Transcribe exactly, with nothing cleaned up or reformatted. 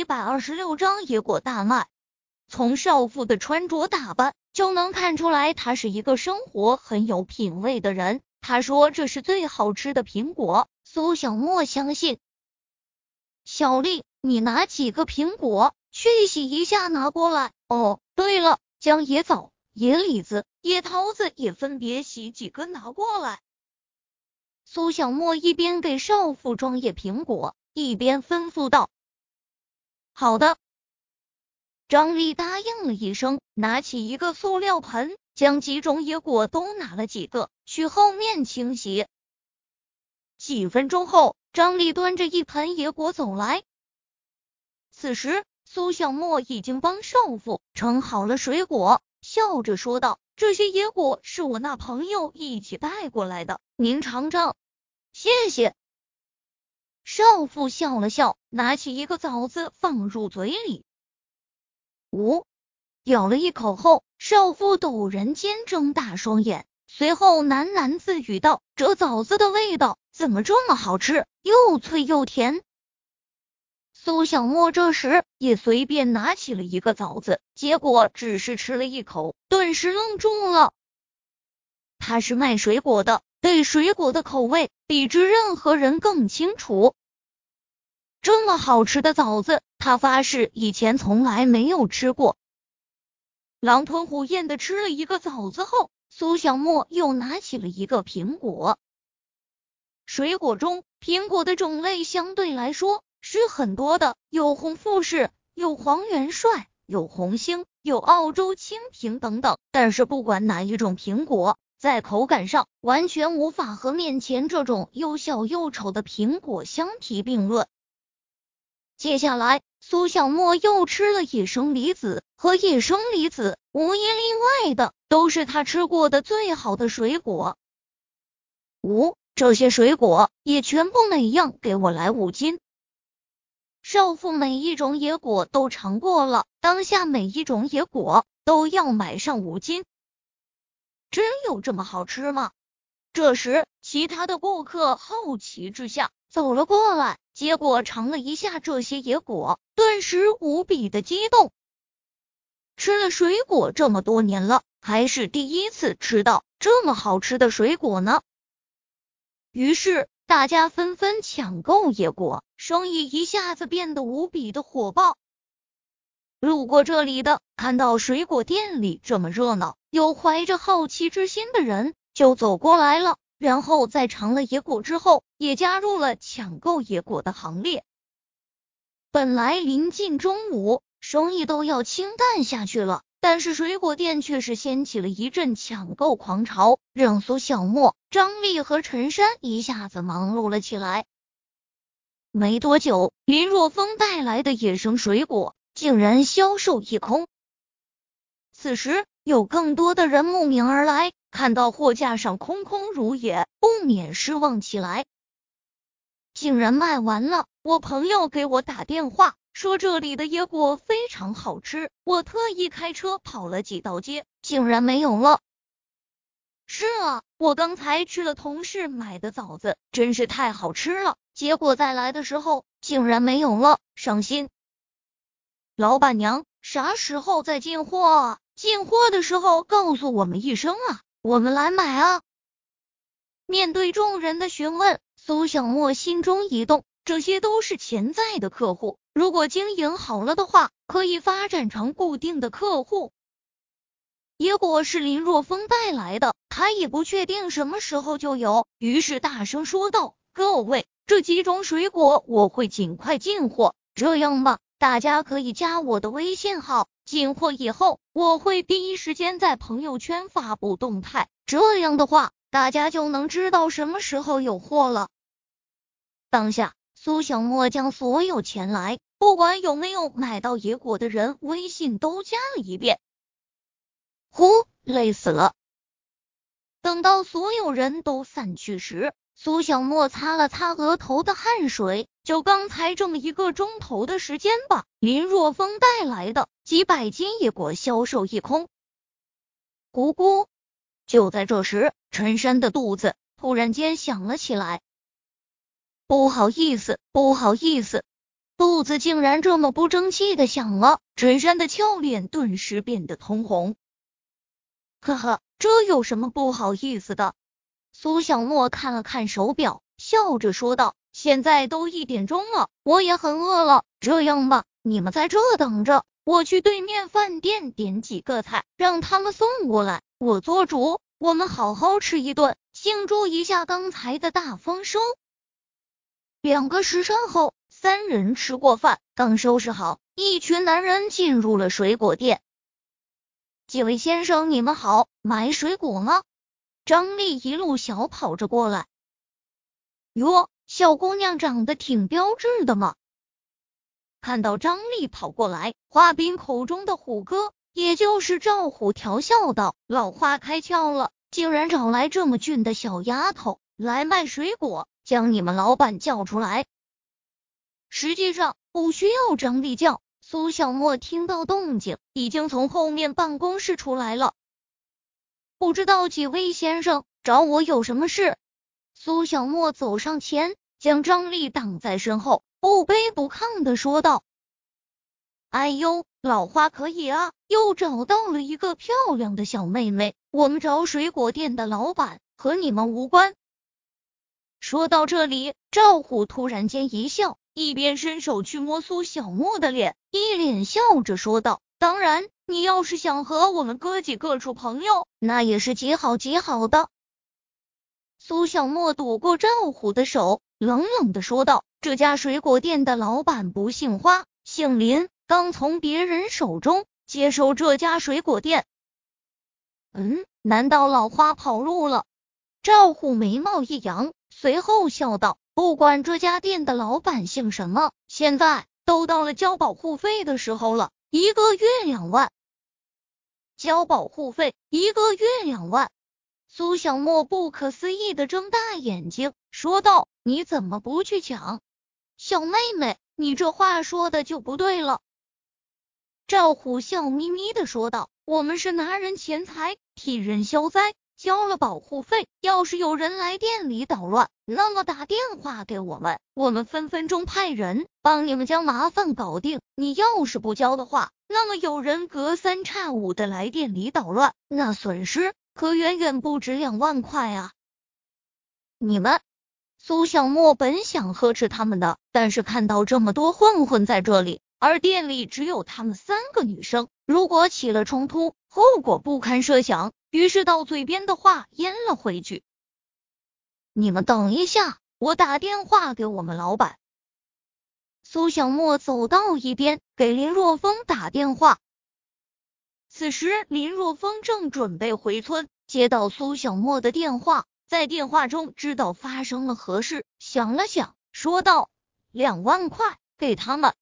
一百二十六张野果大卖。从少妇的穿着打扮就能看出来，他是一个生活很有品味的人。他说这是最好吃的苹果，苏小沫相信。小丽，你拿几个苹果去洗一下拿过来。哦，对了，将野枣、野李子、野桃子也分别洗几个拿过来。苏小沫一边给少妇装野苹果，一边吩咐道。好的。张丽答应了一声，拿起一个塑料盆，将几种野果都拿了几个，去后面清洗。几分钟后，张丽端着一盆野果走来。此时，苏小沫已经帮少妇盛好了水果，笑着说道：“这些野果是我那朋友一起带过来的，您尝尝。”谢谢。少妇笑了笑，拿起一个枣子放入嘴里。呜，咬了一口后，少妇陡然间睁大双眼，随后喃喃自语道：“这枣子的味道怎么这么好吃，又脆又甜？”苏小沫这时也随便拿起了一个枣子，结果只是吃了一口，顿时愣住了。他是卖水果的，对水果的口味比之任何人更清楚。这么好吃的枣子，他发誓以前从来没有吃过。狼吞虎咽的吃了一个枣子后，苏小沫又拿起了一个苹果。水果中，苹果的种类相对来说是很多的，有红富士，有黄元帅，有红星，有澳洲蜻蜓等等。但是不管哪一种苹果，在口感上完全无法和面前这种又小又丑的苹果相提并论。接下来，苏小沫又吃了野生梨子和野生梨子，无一例外的都是他吃过的最好的水果。五，这些水果也全部每样给我来五斤。少妇每一种野果都尝过了，当下每一种野果都要买上五斤。真有这么好吃吗？这时，其他的顾客好奇之下走了过来，结果尝了一下这些野果，顿时无比的激动。吃了水果这么多年了，还是第一次吃到这么好吃的水果呢。于是大家纷纷抢购野果，生意一下子变得无比的火爆。路过这里的看到水果店里这么热闹，有怀着好奇之心的人就走过来了，然后在尝了野果之后，也加入了抢购野果的行列。本来临近中午，生意都要清淡下去了，但是水果店却是掀起了一阵抢购狂潮，让苏小沫、张丽和陈山一下子忙碌了起来。没多久，林若风带来的野生水果竟然销售一空。此时有更多的人慕名而来，看到货架上空空如也，不免失望起来。竟然卖完了，我朋友给我打电话说这里的野果非常好吃，我特意开车跑了几道街，竟然没有了。是啊，我刚才吃了同事买的枣子，真是太好吃了，结果再来的时候竟然没有了，伤心。老板娘，啥时候再进货啊？进货的时候告诉我们一声啊，我们来买啊。面对众人的询问，苏小沫心中一动，这些都是潜在的客户，如果经营好了的话，可以发展成固定的客户。野果是林若风带来的，他也不确定什么时候就有，于是大声说道：“各位，这几种水果我会尽快进货，这样吧，大家可以加我的微信号，进货以后我会第一时间在朋友圈发布动态，这样的话大家就能知道什么时候有货了。”当下苏小沫将所有前来不管有没有买到野果的人微信都加了一遍。呼，累死了。等到所有人都散去时，苏小沫擦了擦额头的汗水，就刚才这么一个钟头的时间吧，林若风带来的几百斤野果销售一空。咕咕，就在这时，陈山的肚子突然间响了起来。不好意思，不好意思。 肚子竟然这么不争气的响了，真山的俏脸顿时变得通红。呵呵，这有什么不好意思的？苏小沫看了看手表，笑着说道，现在都一点钟了，我也很饿了，这样吧，你们在这等着，我去对面饭店点几个菜，让他们送过来，我做主，我们好好吃一顿，庆祝一下刚才的大丰收。两个时辰后，三人吃过饭，刚收拾好，一群男人进入了水果店。几位先生，你们好，买水果吗？张丽一路小跑着过来。哟，小姑娘长得挺标致的嘛。看到张丽跑过来，华斌口中的虎哥，也就是赵虎调笑道，老花开窍了，竟然找来这么俊的小丫头来卖水果，将你们老板叫出来。实际上不需要张丽叫，苏小沫听到动静，已经从后面办公室出来了。不知道几位先生找我有什么事？苏小沫走上前，将张丽挡在身后，不卑不亢地说道：哎呦，老花可以啊，又找到了一个漂亮的小妹妹，我们找水果店的老板，和你们无关。说到这里，赵虎突然间一笑，一边伸手去摸苏小沫的脸，一脸笑着说道，当然，你要是想和我们哥几个处朋友，那也是极好极好的。苏小沫躲过赵虎的手，冷冷地说道，这家水果店的老板不姓花，姓林，刚从别人手中接手这家水果店。嗯，难道老花跑路了？赵虎眉毛一扬，随后笑道，不管这家店的老板姓什么，现在都到了交保护费的时候了，一个月两万。交保护费，一个月两万。苏小沫不可思议的睁大眼睛说道，你怎么不去抢？小妹妹，你这话说的就不对了。赵虎笑眯眯的说道，我们是拿人钱财替人消灾，交了保护费，要是有人来店里捣乱，那么打电话给我们，我们分分钟派人帮你们将麻烦搞定。你要是不交的话，那么有人隔三差五的来店里捣乱，那损失可远远不止两万块啊！你们，苏小沫本想呵斥他们的，但是看到这么多混混在这里，而店里只有他们三个女生，如果起了冲突，后果不堪设想，于是到嘴边的话咽了回去。你们等一下，我打电话给我们老板。苏小沫走到一边，给林若风打电话。此时林若风正准备回村，接到苏小沫的电话，在电话中知道发生了何事，想了想，说道，两万块给他们。